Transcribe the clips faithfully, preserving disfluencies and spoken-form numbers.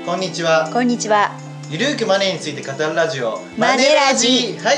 こんにちは。 こんにちは。 ゆるーくマネーについて語るラジオ、 マネラジ。 はい。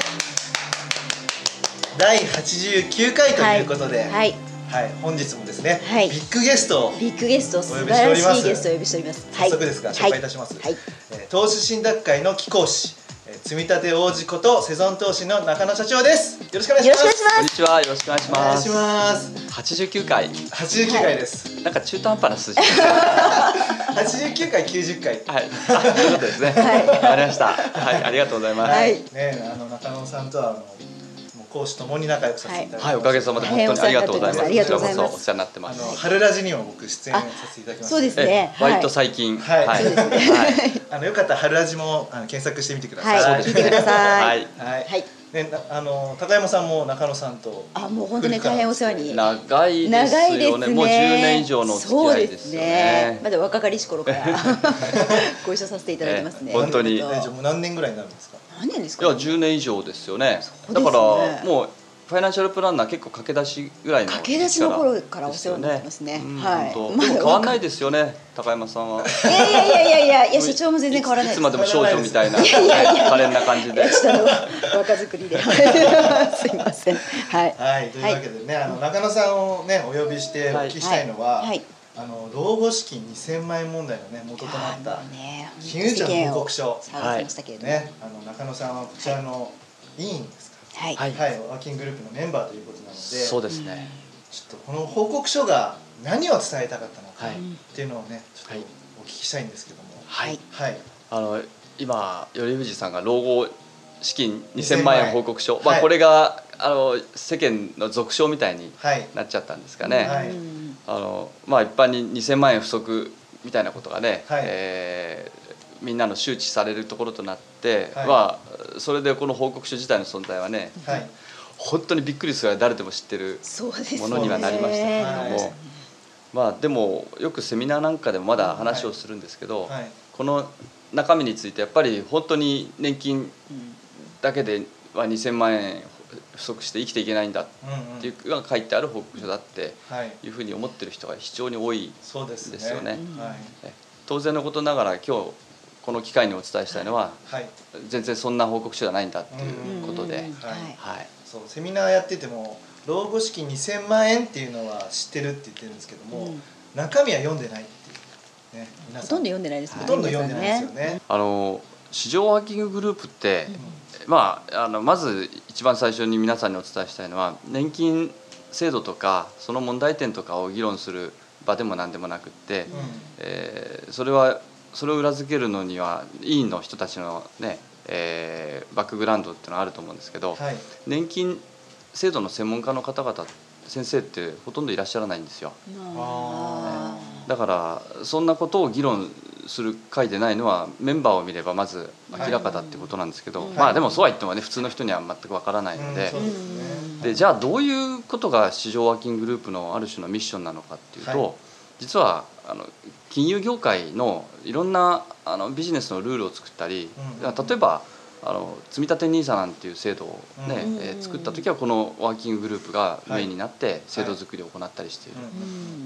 だいはちじゅうきゅうかいということで、はい、 はい、 はい、本日もですね、 はい、 ビッグゲストをビッグゲスト、素晴らしいゲストをお呼びしております。 早速ですが、紹介いたします。 はい、 えー、投資信託会の貴公子、えー、積立王子ことセゾン投資の中野社長です。よろしくお願いします。 こんにちは、よろしくお願いします。 お願いします。 はちじゅうきゅうかい。 はちじゅうきゅうかいです。 なんか中途半端な数字。 はちじゅうきゅうかい、きゅうじゅっかい。 はい。そういうことですね。はい。わかりました。はい、ありがとうございます。 はい。ね、あの中野さんとはあの。講師ともに仲良くさせていただきます。 はい、おかげさまで本当にありがとうございます。 ありがとうございます。 お世話になってます。 あの春ラジにも僕出演させていただきました。 そうですね。 割と最近。 はい。 はい。 あのよかったら春ラジもあの検索してみてください。 はい。聞いてください。 はい。はい。ね、あの高山さんも中野さんと。 あ、もう本当に大変お世話に。 長いですよね。もうじゅうねん以上のお付き合いですよね。 まだ若かりし頃からご一緒させていただいてますね。 本当に。 もう何年ぐらいになるんですか。 何年ですか。 いやじゅうねん以上ですよね。だからもう。ファイナンシャルプランナー結構駆け出しぐらいの駆け出しの頃からお世話になってますね。はい。 でも変わんないですよね、高山さんは。 いやいやいやいやいやいや、社長も全然変わらない。 いつまでも少女みたいな可憐な感じで。 ちょっと若作りで。すいません。はい。 はい。というわけでね、あの中野さんをねお呼びしてお聞きしたいのは、あの老後資金にせんまんえん問題のね元となった金融庁の報告書。 はい。 ね、あの中野さんはこちらの委員ですか。 はい、 はい、ワーキンググループのメンバーということなので、 そうですね。 ちょっとこの報告書が何を伝えたかったのかっていうのをね、ちょっとお聞きしたいんですけども。 はい。 はい。 あの今頼藤さんが老後資金にせんまんえん報告書、まあこれがあの世間の俗称みたいになっちゃったんですかね。はい。あのまあ一般ににせんまんえん不足みたいなことがね、はい、えーみんなの周知されるところとなって、はい、まあそれでこの報告書自体の存在はね、はい、本当にびっくりするぐらい誰でも知ってるものにはなりましたけれども、はい、まあでもよくセミナーなんかでもまだ話をするんですけど、はいはい、この中身についてやっぱり本当に年金だけではにせんまんえん不足して生きていけないんだっていうのが書いてある報告書だっていうふうに思ってる人が非常に多いですよね。当然のことながら今日この機会にお伝えしたいのは、はい、全然そんな報告書じゃないんだっていうことで、 そうセミナーやってても老後資金にせんまんえんっていうのは知ってるって言ってるんですけども、うん、中身は読んでないっていうね、皆さんほとんど読んでないですもんね。 ほとんど読んでないですよね。 あの市場ワーキンググループって、うん、まああのまず一番最初に皆さんにお伝えしたいのは年金制度とかその問題点とかを議論する場でも何でもなくって、うん、えー、それはそれを裏付けるのには委員の人たちのね、えー、バックグラウンドっていうのはあると思うんですけど、はい、年金制度の専門家の方々先生ってほとんどいらっしゃらないんですよ。あ、ね、だからそんなことを議論する会でないのはメンバーを見ればまず明らかだってことなんですけど、はい、まあでもそうは言ってもね普通の人には全くわからないので、うん、でじゃあどういうことが市場ワーキンググループのある種のミッションなのかっていうと、はい、実はあの金融業界のいろんなあのビジネスのルールを作ったり、うん、例えばあの積立 ニーサ なんていう制度を、ね、うん、えー、作った時はこのワーキンググループがメインになって制度作りを行ったりしている、はい、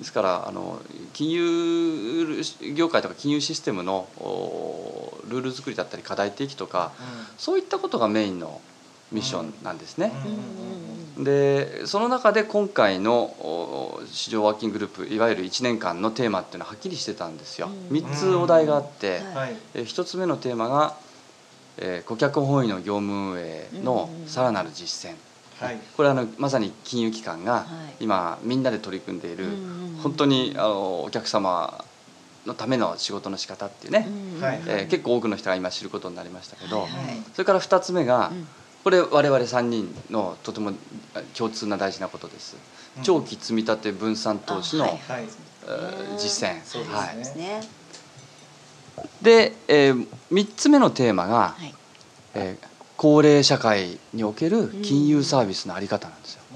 ですからあの金融業界とか金融システムのルール作りだったり課題提起とか、うん、そういったことがメインのミッションなんですね。でその中で今回の市場ワーキンググループいわゆるいちねんかんのテーマっていうのははっきりしてたんですよ。みっつお題があって、はい、ひとつめのテーマが、えー、顧客本位の業務運営のさらなる実践、はい、これはあのまさに金融機関が今みんなで取り組んでいる本当にあのお客様のための仕事の仕方っていうね、えー、結構多くの人が今知ることになりましたけど、はいはい、それからふたつめが、うん、これ我々さんにんのとても共通な大事なことです。長期積立分散投資の実践。で、えー、みっつめのテーマが、はい、えー、高齢社会における金融サービスの在り方なんですよ。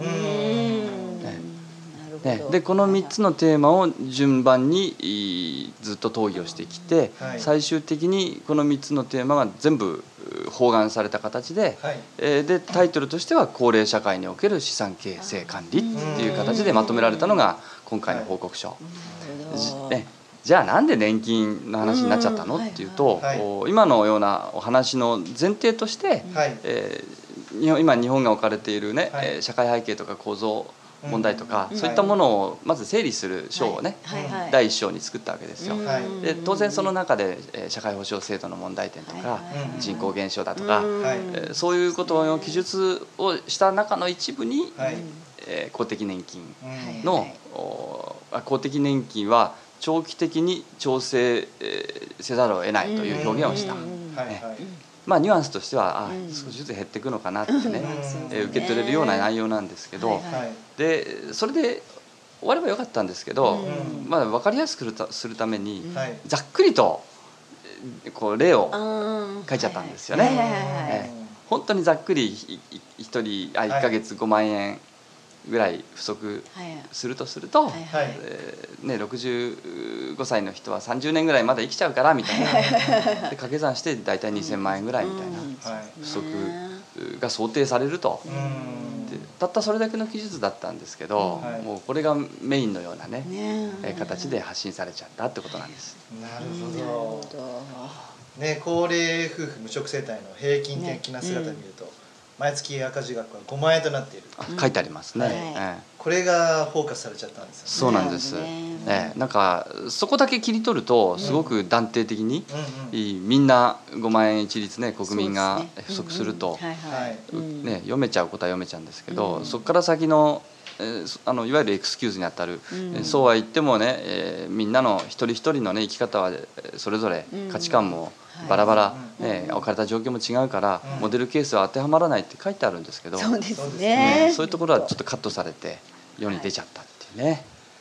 ね、でこのみっつのテーマを順番にずっと討議をしてきて、はい、最終的にこのみっつのテーマが全部包含された形で、はい、えー、でタイトルとしては高齢社会における資産形成管理っていう形でまとめられたのが今回の報告書、ね、 じゃあなんで年金の話になっちゃったのっていうと、今のようなお話の前提として、えー、日本今日本が置かれているね、はい、社会背景とか構造問題とか、うん、そういったものをまず整理する章をね、はいはい、だいいっ章に作ったわけですよ。はい、で当然その中で社会保障制度の問題点とか、はい、人口減少だとか、はい、そういうことの記述をした中の一部に、はい、えー、公的年金の、はいはい、公的年金は長期的に調整せざるを得ないという表現をした。まあニュアンスとしては、あ、少しずつ減っていくのかなってね、えー、受け取れるような内容なんですけど、はいはい、でそれで終わればよかったんですけど、うん、まあ、分かりやすくするために、はい、ざっくりとこう例を書いちゃったんですよね。えー、本当にざっくりひとりあいっかげつごまんえんぐらい不足するとすると、はいはい、えーね、ろくじゅうごさいの人はさんじゅうねんぐらいまだ生きちゃうからみたいなで掛け算して大体にせんまんえんぐらいみたいな不足が想定されると、でたったそれだけの記述だったんですけど、はい、もうこれがメインのようなね、ね形で発信されちゃったってことなんです。 なるほど、ね、高齢夫婦無職世帯の平均的な姿を見ると、ね、うん、毎月赤字額はごまんえんとなっている。 書いてありますね。はい、 ええ、これがフォーカスされちゃったんですよね。 そうなんです。ええ、なんかそこだけ切り取るとすごく断定的に、うんうん、みんなごまんえん一律ね、国民が不足するとね、読めちゃうことは読めちゃうんですけど、うん、そこから先のえー、あのいわゆるエクスキューズにあたる、うん、そうは言ってもね、えー、みんなの一人一人の、ね、生き方はそれぞれ価値観もバラバラ、うん、ね、置かれた状況も違うから、うん、モデルケースは当てはまらないって書いてあるんですけど、 そうですね、 ね、そういうところはちょっとカットされて世に出ちゃったっていうね、はい、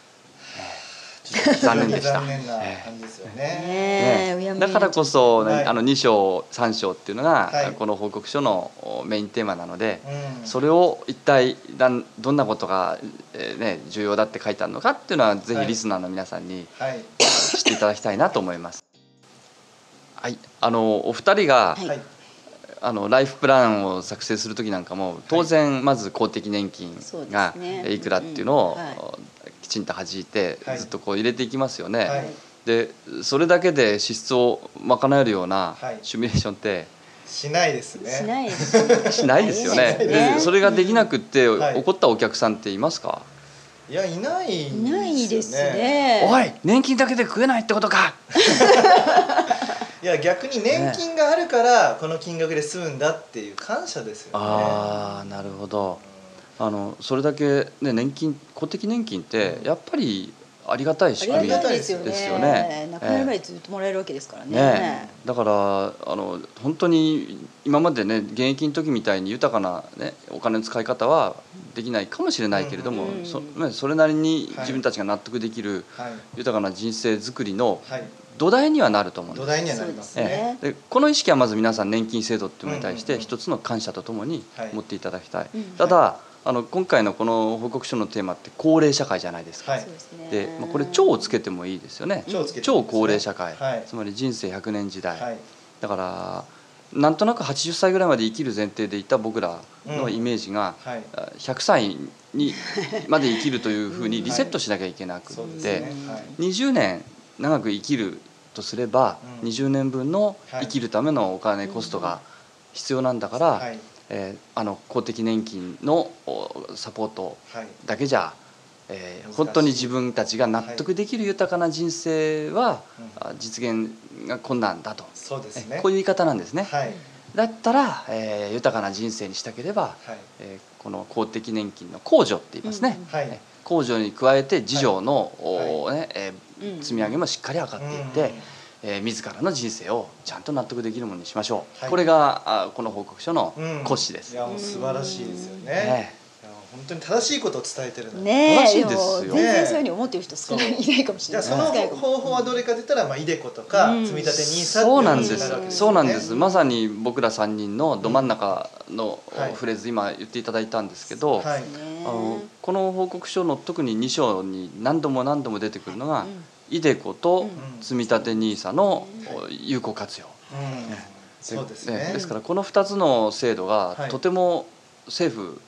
残念でした。 残念な感じですよね。 ね、だからこそ、ね、はい、あのに章さん章っていうのが、はい、この報告書のメインテーマなので、うん、それを一体どんなことが、えーね、重要だって書いてあるのかっていうのはぜひリスナーの皆さんに、はい、知っていただきたいなと思います。はい、あのお二人が、はい、あのライフプランを作成する時なんかも当然まず公的年金がいくらっていうのをきちんと弾いてずっとこう入れていきますよね。はい、でそれだけで支出を賄えるようなシミュレーションってしないですね。 しないですね。 しないですよね。でそれができなくって怒ったお客さんっていますか？ いや、いないですよね。 いないですね。 おい、年金だけで食えないってことか。 いや、逆に年金があるからこの金額で済むんだっていう感謝ですよね。 ああ、なるほど。あのそれだけね、年金、公的年金ってやっぱりありがたい仕組みですよね。 亡くなるまでずっともらえるわけですからね。 ね、だからあの本当に今までね、現役の時みたいに豊かなねお金の使い方はできないかもしれないけれども、うん、そ, ね、それなりに自分たちが納得できる豊かな人生作りの土台にはなると思うんです。 土台にはなりますね。 でこの意識はまず皆さん年金制度っていうのに対して一つの感謝とともに持っていただきたい。ただあの今回のこの報告書のテーマって高齢社会じゃないですか。はい、で、まあ、これ超をつけてもいいですよね。超, ね超高齢社会、はい、つまり人生ひゃくねん時代、はい、だからなんとなくはちじゅっさいぐらいまで生きる前提でいた僕らのイメージが、うん、はい、ひゃくさいにまで生きるというふうにリセットしなきゃいけなくってにじゅうねん長く生きるとすれば、うん、にじゅうねんぶんの生きるためのお金コストが必要なんだから、はい、えー、あの公的年金のサポートだけじゃ、はい、えー、本当に自分たちが納得できる豊かな人生は、はい、実現が困難だと、 そうですね、 こういう言い方なんですね。はい、だったら、えー、豊かな人生にしたければ、はい、えー、この公的年金の控除って言いますね、うん、はい、控除に加えて自助の、はい、ねえー、積み上げもしっかり測っていって、うん、えー、自らの人生をちゃんと納得できるものにしましょう、はい、これがあこの報告書の骨子です。 うん、いやもう素晴らしいですよね。ね、本当に正しいことを伝えてるのね。 正しいですよ。 全然そういうふうに思ってる人少ない、いないかもしれない。 その方法はどれかといったら、まあイデコとか積み立てニーサっていうそうなんです。そうなんです。まさに僕らさんにんのど真ん中のフレーズ、今言っていただいたんですけど、はい、あのこの報告書の特にに章に何度も何度も出てくるのが、イデコと積み立てニーサの有効活用。 うんうん、そうですね。 ですからこのふたつの制度がとても政府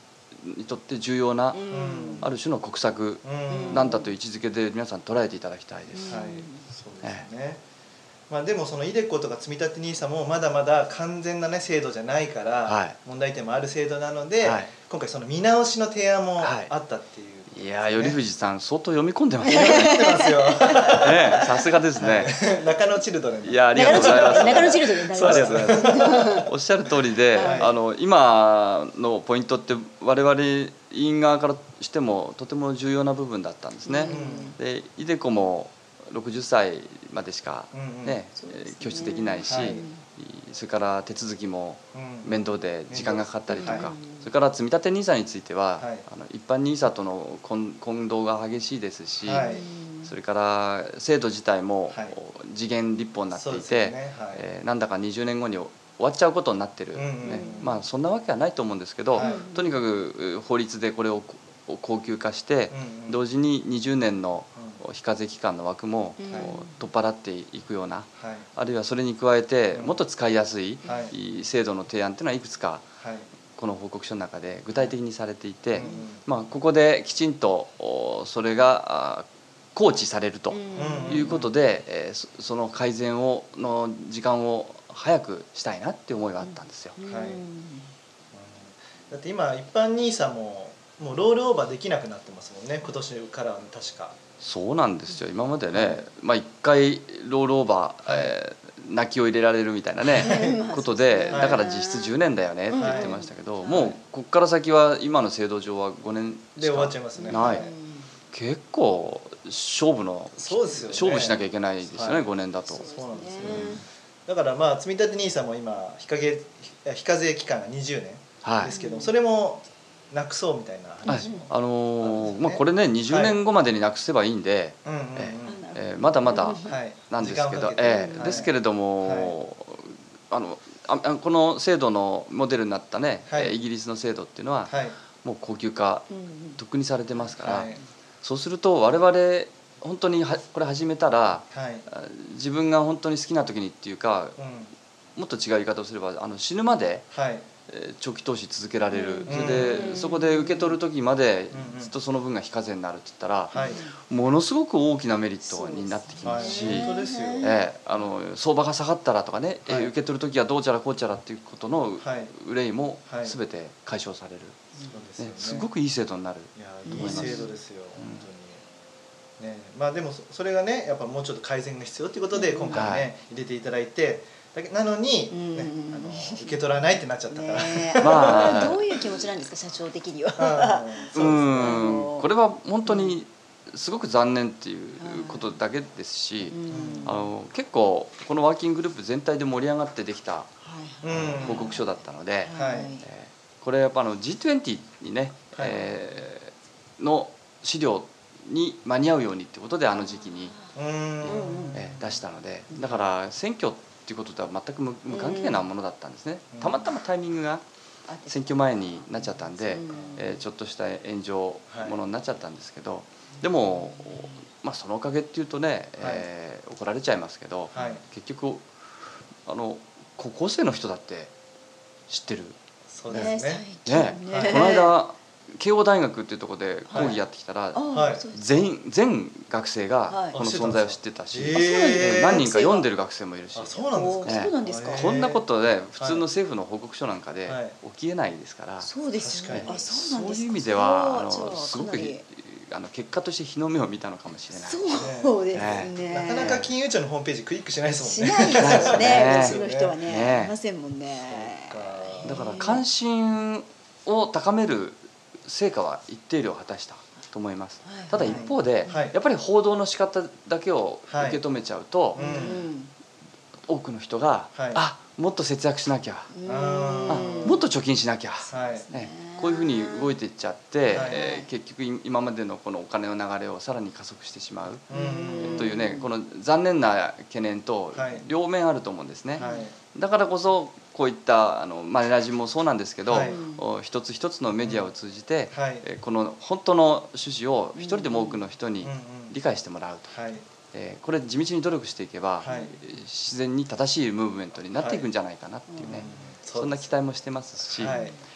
にとって重要な、 うん、 ある種の国策なんだという位置づけで皆さん捉えていただきたいです。 はい、そうですね。まあ、でもそのイデコとか積立 ニーサ もまだまだ完全な、ね、制度じゃないから、はい、問題点もある制度なので、はい、今回その見直しの提案もあったっていう、 はい、いやー、頼藤さん相当読み込んでますね。 読み込んでますよ。 ね、さすがですね。 中野チルドレン。 いや、ありがとうございます。 中野チルドレン。 ありがとうございます。おっしゃる通りで、はい、あの今のポイントって我々委員側からしてもとても重要な部分だったんですね。うん、で、イデコもろくじゅっさいまでしか、ね、うんうん、拠出できないし、はい、それから手続きも面倒で時間がかかったりとか、はい、それから積立 ニーサ については、はい、あの一般 ニーサ との混同が激しいですし、はい、それから制度自体も時限立法になっていて、ね、はい、えー、なんだかにじゅうねんごに終わっちゃうことになってる、うんうん、ね、まあそんなわけはないと思うんですけど、はい、とにかく法律でこれを恒久化して、うんうん、同時ににじゅうねんの非課税期間の枠も取っ払っていくような、はい、あるいはそれに加えてもっと使いやすい制度の提案っていうのはいくつかこの報告書の中で具体的にされていて、まあここできちんとそれが構築されるということで、その改善をの時間を早くしたいなっていう思いがあったんですよ。はい、 だって今一般 ニーサ ももうロールオーバーできなくなってますもんね、今年からは確か。 そうなんですよ。今までね、まあ、いっかいロールオーバー、えー、泣きを入れられるみたいなねことで、だから実質じゅうねんだよねって言ってましたけど、もうここから先は今の制度上はごねんで終わっちゃいますね。 ない、結構勝負の、 そうですよね、 勝負しなきゃいけないですよね、はい、ごねんだと。 そうなんですよ、ね、だからまあ積立 ニーサ も今非課税、非課税期間がにじゅうねんですけど、はい、それもなくそうみたいな話も、 はい、あのーまあ、これねにじゅうねんごまでになくせばいいんで、はい、えーえー、まだまだなんですけど、はい、えー、ですけれども、はい、あのあこの制度のモデルになったね、はい、イギリスの制度っていうのは、はい、もう恒久化とっくにされてますから、はい、そうすると我々本当にはこれ始めたら、はい、自分が本当に好きな時にっていうか、うん、もっと違う言い方をすればあの死ぬまで、はい、長期投資続けられる、それでそこで受け取る時までずっとその分が非課税になるって言ったら、ものすごく大きなメリットになってきますし、相場が下がったらとかね、受け取る時はどうちゃらこうちゃらっていうことの憂いも全て解消される、すごくいい制度になると思います。 いい制度ですよ、本当にね。まあでもそれがねやっぱもうちょっと改善が必要ということで今回ね入れていただいて。なのに、ね、あの受け取らないってなっちゃったから、ね、 まあどういう気持ちなんですか社長的には。 うん、これは本当にすごく残念っていうことだけですし、あの結構このワーキンググループ全体で盛り上がってできた報告書だったので、はい、えー、これやっぱあの ジートゥエンティー にね、はい、えー、の資料に間に合うようにってことであの時期に、えー、出したので、だから選挙っていうこととは全く無関係なものだったんですね。たまたまタイミングが選挙前になっちゃったんで、えー、ちょっとした炎上ものになっちゃったんですけど、でも、まあ、そのおかげっていうとね、えー、怒られちゃいますけど、はい、結局あの高校生の人だって知ってる。 そうですね。 ね、ね、この間慶応大学っていうところで講義やってきたら、はい、全員全学生がこの存在を知ってたし、えー、何人か読んでる学生もいるし。 そうなんですか。 こんなことで普通の政府の報告書なんかで起きえないですから、 そうですよね。あ、そうなんですか。 そういう意味ではあのすごくあの結果として日の目を見たのかもしれない。 そうですね。 なかなか金融庁のホームページクリックしないですもんね。 しないですよね。普通の人はね、いませんもんね。 だから関心を高める成果は一定量果たしたと思います。ただ一方で、はい、やっぱり報道の仕方だけを受け止めちゃうと、はい、うん、多くの人が、はい、あ、もっと節約しなきゃ、あ、もっと貯金しなきゃ、はいね、こういうふうに動いていっちゃって、はい、えー、結局今までのこのお金の流れをさらに加速してしまうというね、この残念な懸念と両面あると思うんですね。はい、だからこそこういったあのマネラジもそうなんですけど、はい、一つ一つのメディアを通じて、はい、この本当の趣旨を一人でも多くの人に理解してもらうと、はい、えー、これ地道に努力していけば、はい、自然に正しいムーブメントになっていくんじゃないかなっていうね、はい、そんな期待もしてますし、はい、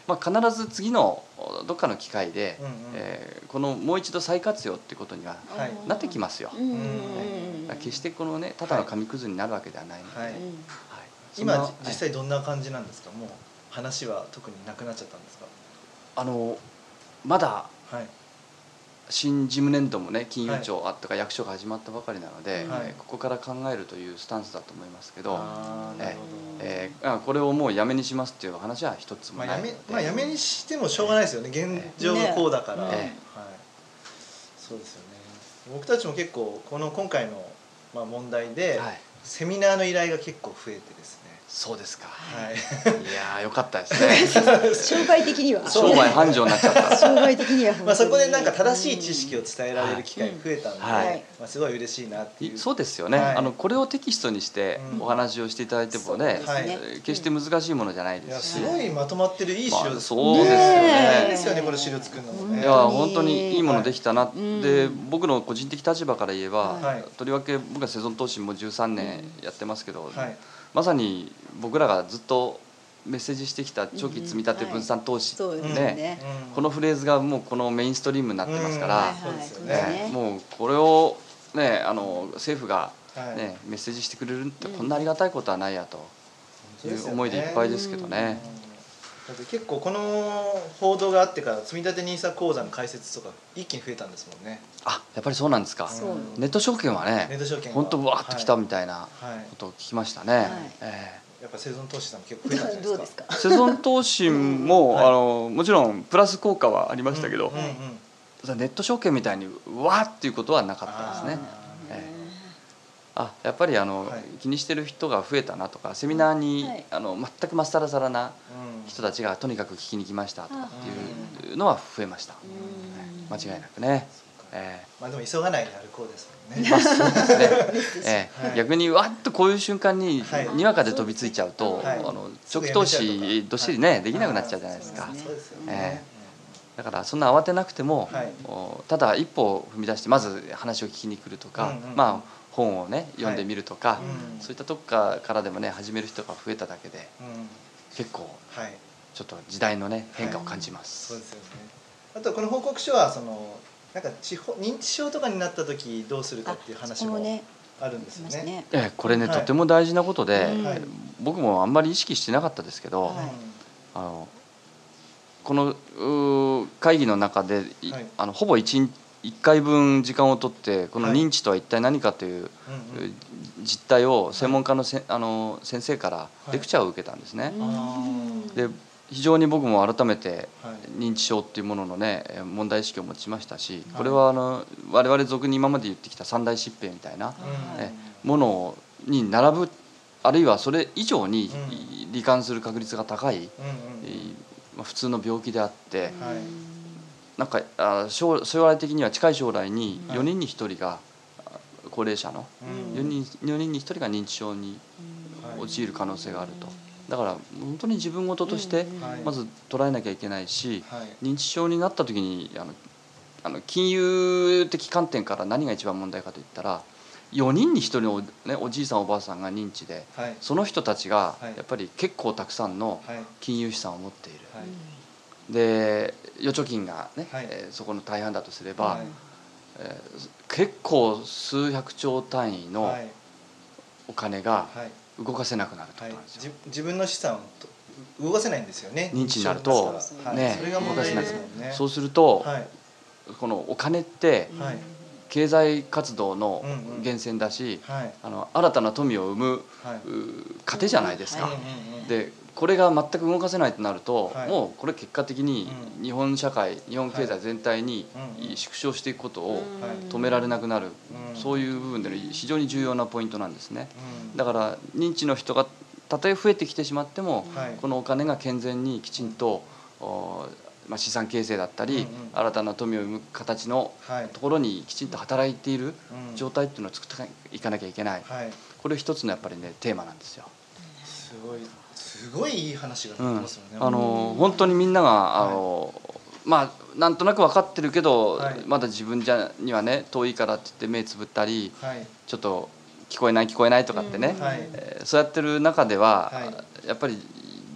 まあ、必ず次のどっかの機会で、 うんうんえーこのもう一度再活用っていうことにははいなってきますよ。 うんうんうんえー決してこのねただの紙くずになるわけではないので、 はいはい今そんな実際どんな感じなんですか？もう話は特になくなっちゃったんですか？ あのまだはい新事務年度もね金融庁あとか役所が始まったばかりなので、 はいえーここから考えるというスタンスだと思いますけど、 あーなるほど、 えーあこれをもうやめにしますっていう話は一つもまあ、 ないので、 やめまあやめにしてもしょうがないですよね、現状がこうだから、 ねはいえそうですよね。僕たちも結構この今回のまあ問題で、 はい、 セミナーの依頼が結構増えてですね、 そうですか。 はい、 いやーよかったですね。 商売的には商売繁盛になっちゃった。 商売的には本当にまあそこでなんか正しい知識を伝えられる機会が増えたんで、 はいまあすごい嬉しいなっていう。 そうですよね、 はいあのこれをテキストにしてうんお話をしていただいてもね、 そうですねえー決して難しいものじゃないいやですし、 すごいまとまってるいい資料まあですそうですよね大変ですよね、この資料作るのもね。 いや本当にいいものできたな、 いでうん僕の個人的立場から言えば、 はいとりわけ僕はセゾン投資もじゅうさんねんやってますけど、 はいまさに僕らがずっとメッセージしてきた長期積み立て分散投資そうですね、 ねうんこのフレーズがもうこのメインストリームになってますから、 うんはいそうですよねはいえーもうこれをねあの政府がはいね、メッセージしてくれるってこんなありがたいことはないやという思いでいっぱいですけどね。 だって結構この報道があってから積み立て ニーサ 口座の開設とか一気に増えたんですもんね。 あ、やっぱりそうなんですか。 そうネット証券はネッねト証券が本当わーっときたみたいなはいことを聞きましたね。 はいえやっぱ生存投資さんも結構増えたんじゃないですか。 どうですかーセゾン投資も、 はいあのもちろんプラス効果はありましたけど、 うんうんうんただネット証券みたいにわーっていうことはなかったですね。 あーえあやっぱりあの、 はい気にしてる人が増えたなとかセミナーに、 はいあの全くまっさらさらなうん人たちがとにかく聞きに来ましたとかっていうのは増えました、 うん間違いなくね。えまあでも急がないで歩こうですもんね。 ーまあそうですね、えーはい逆にわっとこういう瞬間にはいにわかで飛びついちゃうと、 はいあの長期投資どっしりねできなくなっちゃうじゃないですか。 そうですよえね。 だからそんな慌てなくても、 はいおただ一歩踏み出してまず話を聞きに来るとか、 うんうんまあ本をね読んでみるとか、 うんそういったとこからからでもね始める人が増えただけでうんうん結構はい。 ちょっと時代のね変化を感じます。 そうですよね。あとこの報告書はそのなんか地方認知症とかになった時どうするかっていう話もそこねあるんですよね。 ねええこれね、 はいとても大事なことで、 うんはい僕もあんまり意識してなかったですけど、 はいあのこのうー会議の中で、いはいあのほぼ 1, 一回分時間を取ってこのはい認知とは一体何かという、 うんうん実態を専門家のせ、あの先生からレクチャーを受けたんですね。 あで非常に僕も改めてはい認知症っていうもののね問題意識を持ちましたし、 はいこれはあの我々俗に今まで言ってきた三大疾病みたいなうんえものに並ぶあるいはそれ以上にう罹患する確率が高い、 うんうんえーまあ普通の病気であって、 はいなんかあ将将来的には近い将来にはいよにんにひとりがあ高齢者のうんよにんよにんにひとりが認知症にはい陥る可能性があると。だから本当に自分事としてはいまず捉えなきゃいけないし、 はい認知症になった時にあのあの金融的観点から何が一番問題かといったらよにんにひとりのお、ね、おじいさんおばあさんが認知ではいその人たちがはいやっぱり結構たくさんのはい金融資産を持っている。 はいで預貯金がね、 はいえーそこの大半だとすれば、 はいえー結構数百兆単位のはいお金がはい動かせなくなるってこはいとなんですよ。 じ自分の資産をと動かせないんですよね。 認知になると認知症ですからはいねそれが問題ですもんね。 そうすると、 はいこのお金ってはい経済活動のうんうん源泉だし、 はいあの新たな富を生むはいう糧じゃないですか。 はいうんうんでこれが全く動かせないとなると、 はいもうこれ結果的にうん日本社会日本経済全体にうんうん縮小していくことをはい止められなくなる、 うんそういう部分での非常に重要なポイントなんですね。 うんだから認知の人がたとえ増えてきてしまっても、 はいこのお金が健全にきちんと、おまあ、資産形成だったり、 うんうん新たな富を生む形のはいところにきちんと働いているうん状態っていうのを作っていかなきゃいけない、 はいこれ一つのやっぱりねテーマなんですよ。 すごいすごいいい話が出てうんますよね。 あの本当にみんながあの、まあなんとなく分かってるけど、 はいまだ自分じゃにはね遠いからって言って目つぶったりはいちょっと聞こえない聞こえないとかってね、 はいえーそうやってる中では、 はやっぱり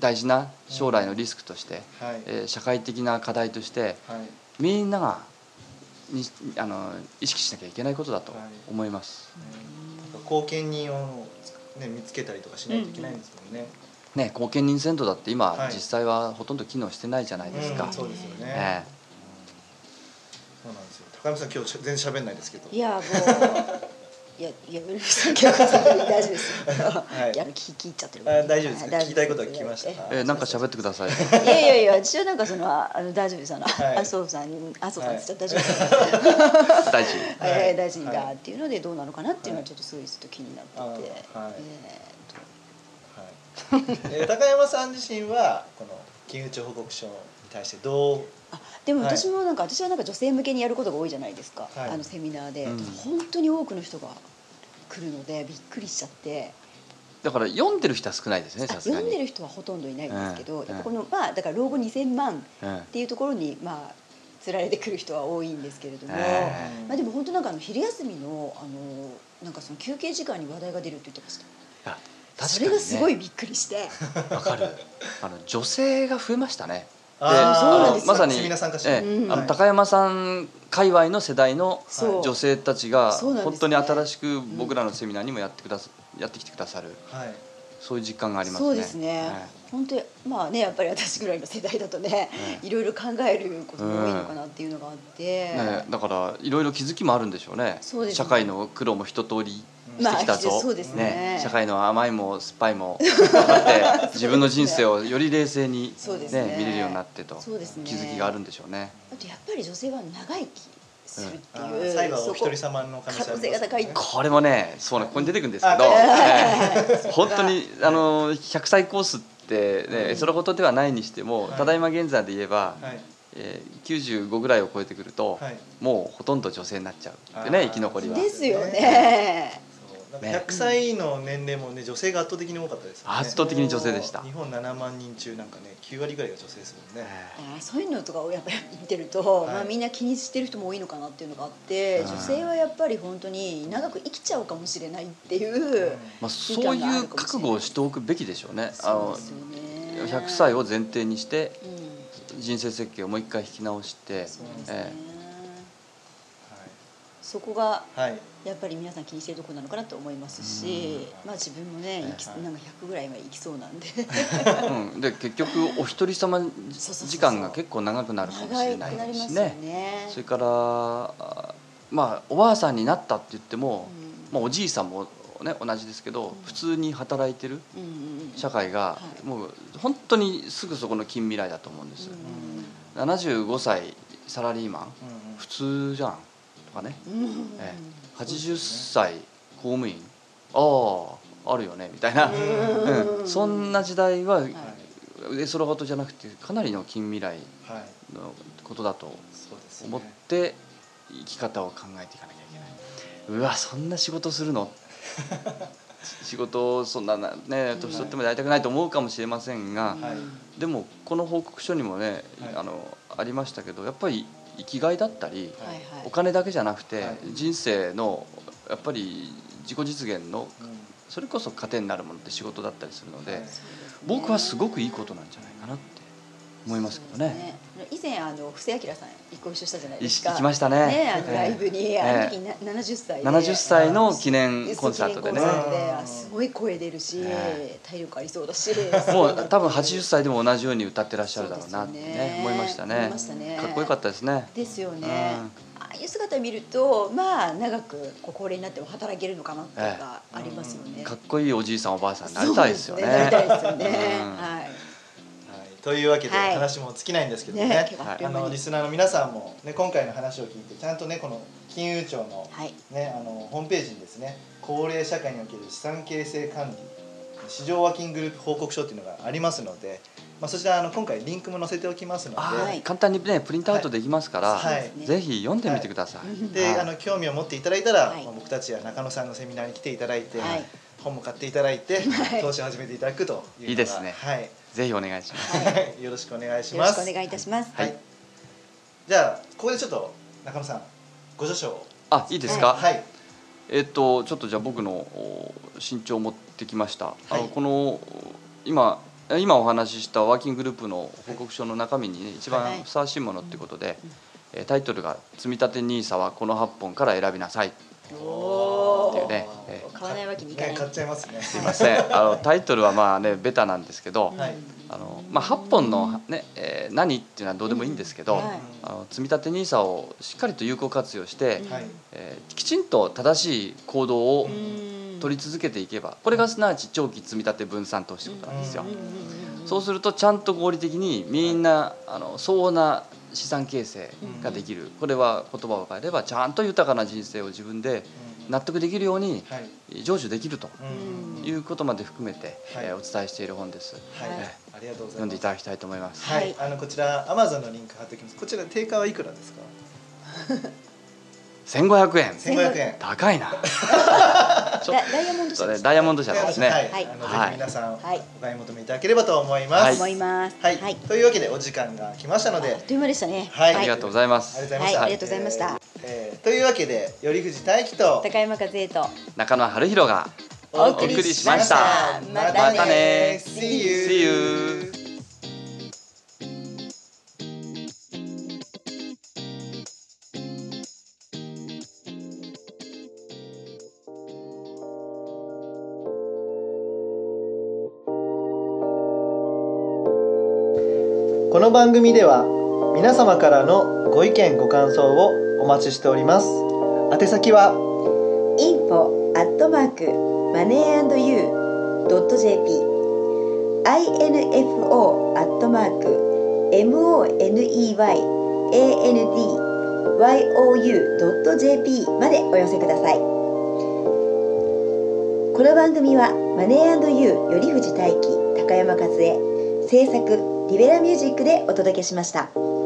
大事な将来のリスクとして、 うんはいえー、社会的な課題として、 はい、 みんながにあの意識しなきゃいけないことだと思います、 はい、後見人を、ね、見つけたりとかしないといけないんですもんね、 うん、ね後見人制度だって今、 はい、 実際はほとんど機能してないじゃないですか、 うん、そうですよね、 えーそうなんですよ。高山さん今日全然喋んないですけど。 いやもういやいやうるさいけど大丈夫です。はい。やる聞き入っちゃってる。 あ大丈夫です。聞きたいことは聞きました。 えー、なんか喋ってください。 いやいやいや私はなんかそのあの大丈夫ですあの麻生さん麻生さんって大丈夫です。 大臣。 はい大臣がっていうのでどうなのかなっていうのはちょっとすごいちょっと気になってて。はい。 え高山さん自身はこの金融庁報告書に対してどう？ あでも私もなんか、はい、私はなんか女性向けにやることが多いじゃないですか、はい、あのセミナーで、うん、本当に多くの人が来るのでびっくりしちゃって。 だから読んでる人は少ないですね。さすがに読んでる人はほとんどいないんですけど、うん、やっぱこのまあだから老後にせんまんっていうところにまあ釣られてくる人は多いんですけれども、うん、まあでも本当なんかあの昼休みのあのなんかその休憩時間に話題が出るって言ってました。 いや確かにね、 それがすごいびっくりして。 わかる。あの女性が増えましたね。 であまさに、 ええあの高山さん界隈の世代の女性たちが本当に新しく僕らのセミナーにもやってくださ、やってきてくださる、はい、そういう実感がありますね。 そうですね、はい、本当にまあねやっぱり私ぐらいの世代だとね、いろいろ考えることも多いのかなっていうのがあって、 うんね、だからいろいろ気づきもあるんでしょうね。 そうですね、 社会の苦労も一通りしてきたぞ、 まあ、そうですねね、社会の甘いも酸っぱいも分かって自分の人生をより冷静に、ねね、見れるようになってと、そうですね、気づきがあるんでしょうね。 あとやっぱり女性は長生きするっていう、 うん、最後はお一人様の可能性が高い。 これもねそうねここに出てくるんですけど、えー、本当にあのひゃくさいコースってね、うん、そのことではないにしても、はい、ただいま現在で言えば、はい、えー、きゅうじゅうごぐらいを超えてくると、はい、もうほとんど女性になっちゃうってね、生き残りは。 ですよね。 ひゃくさいの年齢もね女性が圧倒的に多かったですよね。 圧倒的に女性でした。 日本ななまんにん中なんかねきゅうわりぐらいが女性ですもんね。 あそういうのとかをやっぱり見てると、はい、まあみんな気にしてる人も多いのかなっていうのがあって、女性はやっぱり本当に長く生きちゃうかもしれないっていう、 まあそういう覚悟をしておくべきでしょうね。あのひゃくさいを前提にして、うん、人生設計をもう一回引き直して、そうですね、えーそこがやっぱり皆さん気にしてるところなのかなと思いますし、まあ自分もね生きなんかひゃくぐらいは生きそうなんで、 うん、で結局お一人様時間が結構長くなるかもしれないしね。それからまあおばあさんになったって言っても、まあおじいさんもね同じですけど、普通に働いてる社会がもう本当にすぐそこの近未来だと思うんです。ななじゅうごさいサラリーマン普通じゃんとかね、ええ、はちじゅっさい公務員あああるよねみたいな、うん、そんな時代は絵空事じゃなくてかなりの近未来のことだと思って生き方を考えていかなきゃいけない。うわそんな仕事するの仕事そんなね年取ってもやりたくないと思うかもしれませんが、はい、でもこの報告書にもね、はい、あのありましたけどやっぱり生きがいだったり、はい、お金だけじゃなくて、はい、人生のやっぱり自己実現の、うん、それこそ糧になるものって仕事だったりするので、はい、僕はすごくいいことなんじゃないかなって思いますけどね。ね以前あの布施明さんご一緒したじゃないですか。 行きましたね。 ねあのライブに、えー、あの時ななじゅっさいでななじゅっさいの記念コンサートでね。 すごい声出るし、えー、体力ありそうだし、 もう多分はちじゅっさいでも同じように歌ってらっしゃるだろうなってね思いましたね。思いましたね。かっこよかったですね。 ですよね。ああいう姿を見るとまあ長く高齢になっても働けるのかなっていうのがありますよね。 かっこいいおじいさんおばあさんになりたいですよね。 なりたいですよね。はい。 というわけで話も尽きないんですけどね、ねあのリスナーの皆さんも、ね、今回の話を聞いてちゃんとねこの金融庁の,、ね、あのホームページにですね高齢社会における資産形成管理市場ワーキンググループ報告書というのがありますので、まあ、そちらあの今回リンクも載せておきますので、はい、 簡単に、ね、プリントアウトできますから、はい、ぜひ読んでみてください、 はい、で、はい、あの興味を持っていただいたら、はい、僕たちや中野さんのセミナーに来ていただいて、はい、本も買っていただいて、はい、投資を始めていただくというのがいいですね、はい、ぜひお願いします、 はい、よろしくお願いします。 よろしくお願いいたします、 はい、じゃあここでちょっと中野さんご著書をあいいですか、 はい、 えっとちょっとじゃあ僕の身長を持ってきました、はい、あのこの今今お話ししたワーキンググループの報告書の中身に、ね、一番ふさわしいものっていうことで、はい、タイトルが「積立 ニーサ はこのはっぽんから選びなさい」っていうね、 えー、買わないわけにいかない、 ね、買っちゃいますね。 すいません、あのタイトルはまあねベタなんですけど、 はい、 あのまあ、はっぽんの、ねえー、何っていうのはどうでもいいんですけど、うん、はい、あの積立 ニーサ をしっかりと有効活用して、はい、えー、きちんと正しい行動を取り続けていけば、これがすなわち長期積立分散投資ってことなんですよ。そうするとちゃんと合理的にみんなあの相応な資産形成ができる、これは言葉を変えればちゃんと豊かな人生を自分で納得できるように成就できるということまで含めて、はい、えー、お伝えしている本です。 はい、えー、ありがとうございます。 読んでいただきたいと思います。 はい、あのこちら アマゾン のリンク貼っておきます。こちら定価はいくらですか？ せんごひゃくえん。 せんごひゃくえん。 高いな。 ダイヤモンド社です。 ダイヤモンド社ですね。 はい。あの、はい、ぜひ皆さん、はい、お買い求めいただければと思います。 はい、思います。 はい。はい、というわけでお時間が来ましたので。 あっという間でしたね。 はい。ありがとうございます。 ありがとうございました。 はい、ありがとうございました。 えー、というわけで頼藤大樹と高山和恵と中野春弘がお送りしました。 またね。 See you。See you。 この番組では皆様からのご意見ご感想をお待ちしております。宛先はインフォ アットマーク マネー アンド ユー ドット ジェーピー インフォ アットマーク モネー アンド ユー ドット ジェーピー までお寄せください。この番組はマネー アンド ユー 頼藤大樹、高山和恵制作リベラミュージックでお届けしました。